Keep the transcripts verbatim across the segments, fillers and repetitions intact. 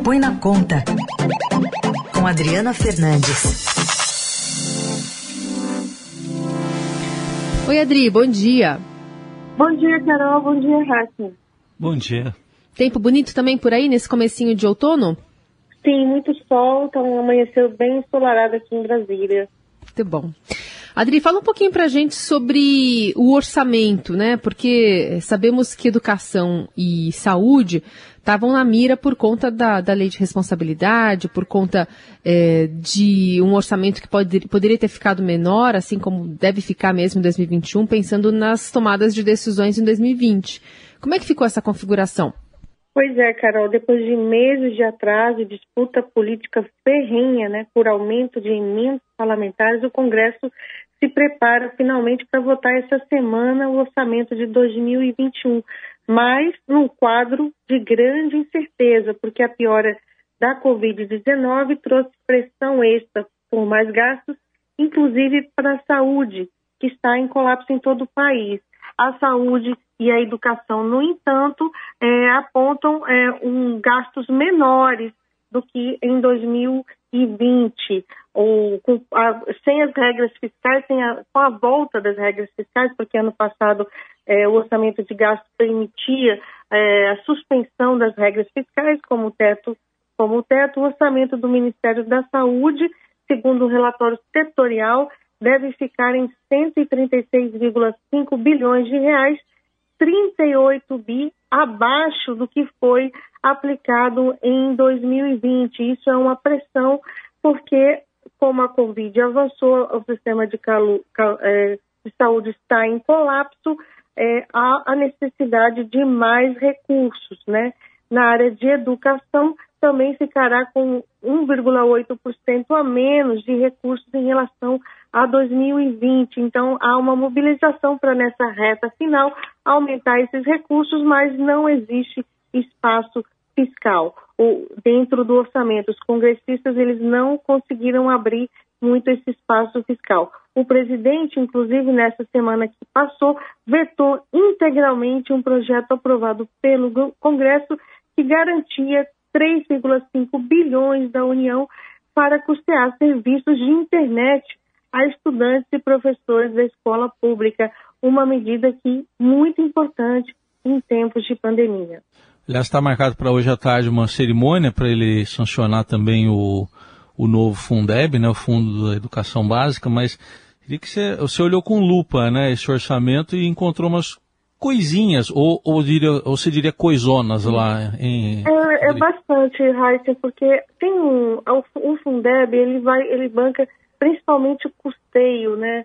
Põe na Conta, com Adriana Fernandes. Oi, Adri, bom dia. Bom dia, Carol. Bom dia, Raíssa. Bom dia. Tempo bonito também por aí, nesse comecinho de outono? Sim, muito sol, então amanheceu bem ensolarado aqui em Brasília. Muito bom. Adri, fala um pouquinho pra gente sobre o orçamento, né? Porque sabemos que educação e saúde estavam na mira por conta da, da lei de responsabilidade, por conta é, de um orçamento que pode, poderia ter ficado menor, assim como deve ficar mesmo em dois mil e vinte e um, pensando nas tomadas de decisões em dois mil e vinte. Como é que ficou essa configuração? Pois é, Carol, depois de meses de atraso e disputa política ferrenha, né, por aumento de emendas parlamentares, o Congresso se prepara finalmente para votar essa semana o orçamento de dois mil e vinte e um, mas num quadro de grande incerteza, porque a piora da covid dezenove trouxe pressão extra por mais gastos, inclusive para a saúde, que está em colapso em todo o país. A saúde e a educação, no entanto, é, apontam é, um, gastos menores do que em dois mil e vinte, ou com a, sem as regras fiscais, sem a, com a volta das regras fiscais, porque ano passado é, o orçamento de gastos permitia é, a suspensão das regras fiscais, como o teto, como o teto, o orçamento do Ministério da Saúde, segundo o relatório setorial, deve ficar em cento e trinta e seis vírgula cinco bilhões de reais, trinta e oito bi abaixo do que foi aplicado em dois mil e vinte. Isso é uma pressão porque, como a Covid avançou, o sistema de, calo, cal, é, de saúde está em colapso, é, há a necessidade de mais recursos, né? Na área de educação, também ficará com um vírgula oito por cento a menos de recursos em relação a dois mil e vinte. Então, há uma mobilização para, nessa reta final, aumentar esses recursos, mas não existe espaço fiscal. O, dentro do orçamento, os congressistas eles não conseguiram abrir muito esse espaço fiscal. O presidente, inclusive, nessa semana que passou, vetou integralmente um projeto aprovado pelo Congresso que garantia três vírgula cinco bilhões da União para custear serviços de internet a estudantes e professores da escola pública, uma medida que muito importante em tempos de pandemia. Aliás, está marcado para hoje à tarde uma cerimônia para ele sancionar também o, o novo Fundeb, né, o Fundo da Educação Básica, mas queria que você, você olhou com lupa, né, esse orçamento e encontrou umas coisinhas, ou, ou, diria, ou você diria coisonas lá em... É, é bastante, Raíssa, porque tem um, o Fundeb, ele vai, ele banca principalmente o custeio, né,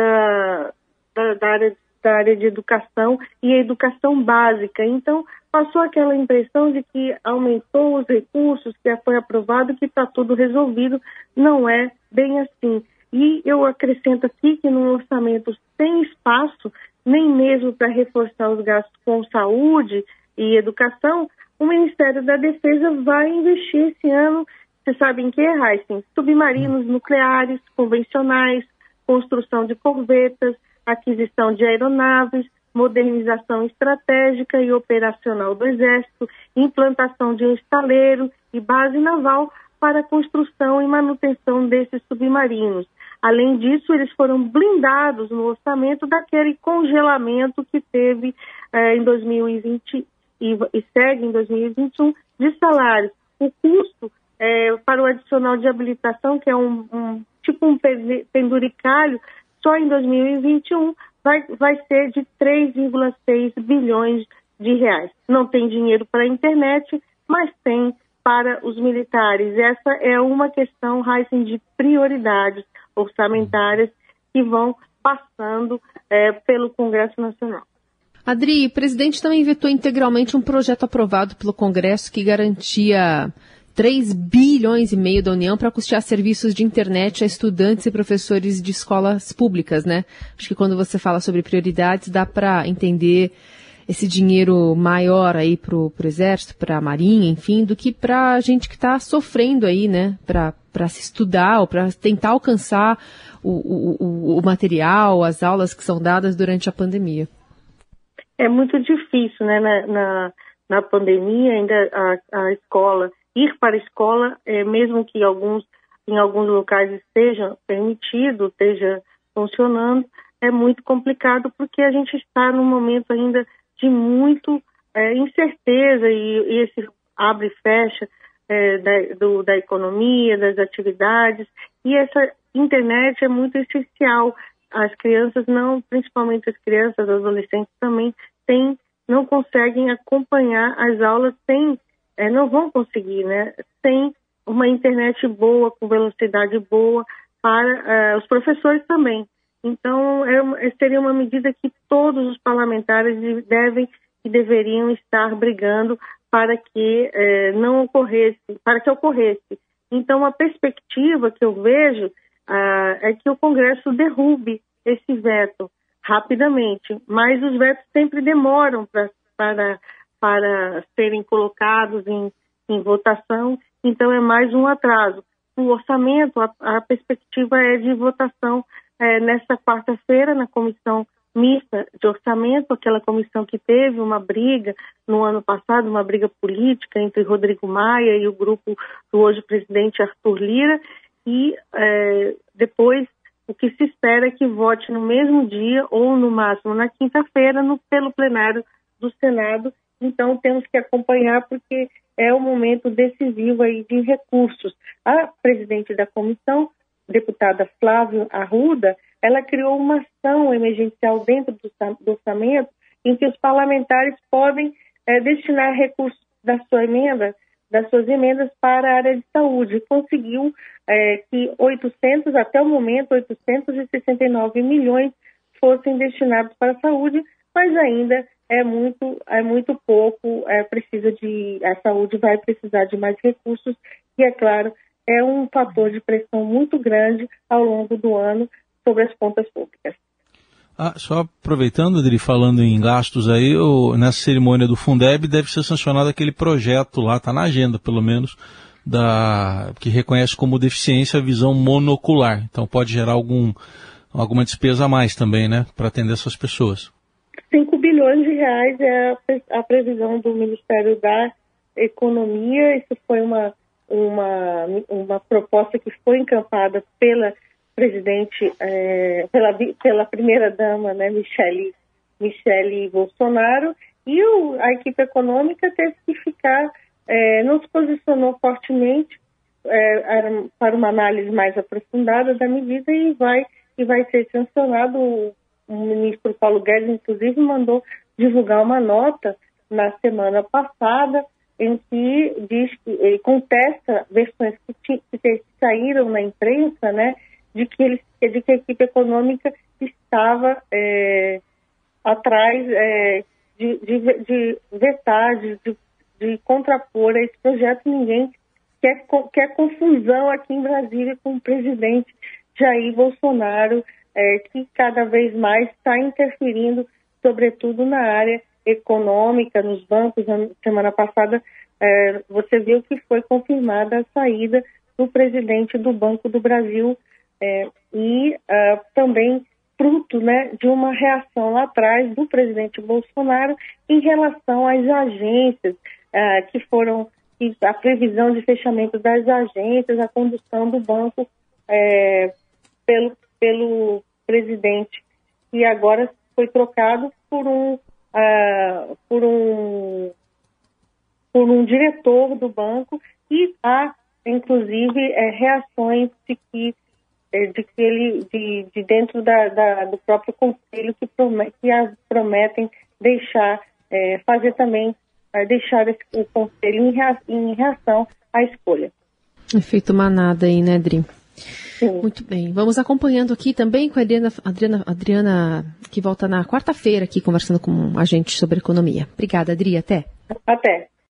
da, da, da, área, da área de educação e a educação básica. Então, passou aquela impressão de que aumentou os recursos, que foi aprovado, que está tudo resolvido. Não é bem assim. E eu acrescento aqui que no orçamento sem espaço, nem mesmo para reforçar os gastos com saúde e educação, o Ministério da Defesa vai investir esse ano, você sabe em que, Raíssa? Submarinos nucleares, convencionais, construção de corvetas, aquisição de aeronaves, modernização estratégica e operacional do Exército, implantação de um estaleiro e base naval para a construção e manutenção desses submarinos. Além disso, eles foram blindados no orçamento daquele congelamento que teve eh, em dois mil e vinte e, e segue em dois mil e vinte e um de salários. O custo eh, para o adicional de habilitação, que é um, um tipo um penduricalho, só em dois mil e vinte e um vai, vai ser de três vírgula seis bilhões de reais. Não tem dinheiro para a internet, mas tem para os militares. Essa é uma questão, Raíssa, de prioridades orçamentárias que vão passando é, pelo Congresso Nacional. Adri, o presidente também vetou integralmente um projeto aprovado pelo Congresso que garantia três bilhões e meio da União para custear serviços de internet a estudantes e professores de escolas públicas, né? Acho que quando você fala sobre prioridades, dá para entender esse dinheiro maior aí para o Exército, para a Marinha, enfim, do que para a gente que está sofrendo aí, né? Para se estudar ou para tentar alcançar o, o, o material, as aulas que são dadas durante a pandemia. É muito difícil, né? Na, na, na pandemia, ainda a, a escola ir para a escola, é, mesmo que alguns, em alguns locais esteja permitido, esteja funcionando, é muito complicado porque a gente está num momento ainda de muito é, incerteza e, e esse abre e fecha é, da, do, da economia, das atividades, e essa internet é muito essencial. As crianças não, principalmente as crianças, os adolescentes também, têm, não conseguem acompanhar as aulas sem, é, não vão conseguir, né, sem uma internet boa, com velocidade boa, para uh, os professores também. Então, é, seria uma medida que todos os parlamentares devem e deveriam estar brigando para que eh, não ocorresse, para que ocorresse. Então, a perspectiva que eu vejo ah, é que o Congresso derrube esse veto rapidamente, mas os vetos sempre demoram pra, para, para serem colocados em, em votação, então é mais um atraso. O orçamento, a, a perspectiva é de votação é, nesta quarta-feira na Comissão Mista de Orçamento, aquela comissão que teve uma briga no ano passado, uma briga política entre Rodrigo Maia e o grupo do hoje presidente Arthur Lira, e é, depois o que se espera é que vote no mesmo dia ou no máximo na quinta-feira no, pelo plenário do Senado. Então temos que acompanhar porque é um momento decisivo aí de recursos. A presidente da comissão, deputada Flávia Arruda, ela criou uma ação emergencial dentro do orçamento em que os parlamentares podem é, destinar recursos da sua emenda, das suas emendas para a área de saúde. Conseguiu é, que oitocentos, até o momento, oitocentos e sessenta e nove milhões fossem destinados para a saúde, mas ainda é muito, é muito pouco, é, precisa de, a saúde vai precisar de mais recursos e, é claro, é um fator de pressão muito grande ao longo do ano sobre as contas públicas. Ah, só aproveitando, Adri, falando em gastos aí, o, nessa cerimônia do Fundeb deve ser sancionado aquele projeto lá, está na agenda pelo menos, da, que reconhece como deficiência a visão monocular. Então pode gerar algum, alguma despesa a mais também, né, para atender essas pessoas. cinco bilhões de reais é a, a previsão do Ministério da Economia. Isso foi uma, uma, uma proposta que foi encampada pela presidente, é, pela, pela primeira-dama, né, Michele, Michele Bolsonaro, e o, a equipe econômica teve que ficar, é, não se posicionou fortemente é, para uma análise mais aprofundada da medida e vai, e vai ser sancionado. O, o ministro Paulo Guedes, inclusive, mandou divulgar uma nota na semana passada em que diz que ele contesta versões que, que saíram na imprensa, né, de que, ele, de que a equipe econômica estava é, atrás é, de, de, de vetar, de, de, de contrapor a esse projeto. Ninguém quer, quer confusão aqui em Brasília com o presidente Jair Bolsonaro, é, que cada vez mais está interferindo, sobretudo na área econômica, nos bancos. Na semana passada, é, você viu que foi confirmada a saída do presidente do Banco do Brasil, É, e uh, também fruto, né, de uma reação lá atrás do presidente Bolsonaro em relação às agências uh, que foram, que a previsão de fechamento das agências, a condução do banco é, pelo, pelo presidente, e agora foi trocado por um, uh, por um, por um diretor do banco, e há, inclusive, é, reações de que de que ele de, de dentro da, da, do próprio conselho que, promet, que as prometem deixar, é, fazer também, é, deixar esse, o conselho em, rea, em reação à escolha. Efeito manada aí, né, Adri? Sim. Muito bem. Vamos acompanhando aqui também com a Adriana, Adriana, Adriana que volta na quarta-feira aqui conversando com a gente sobre economia. Obrigada, Adri. Até. Até.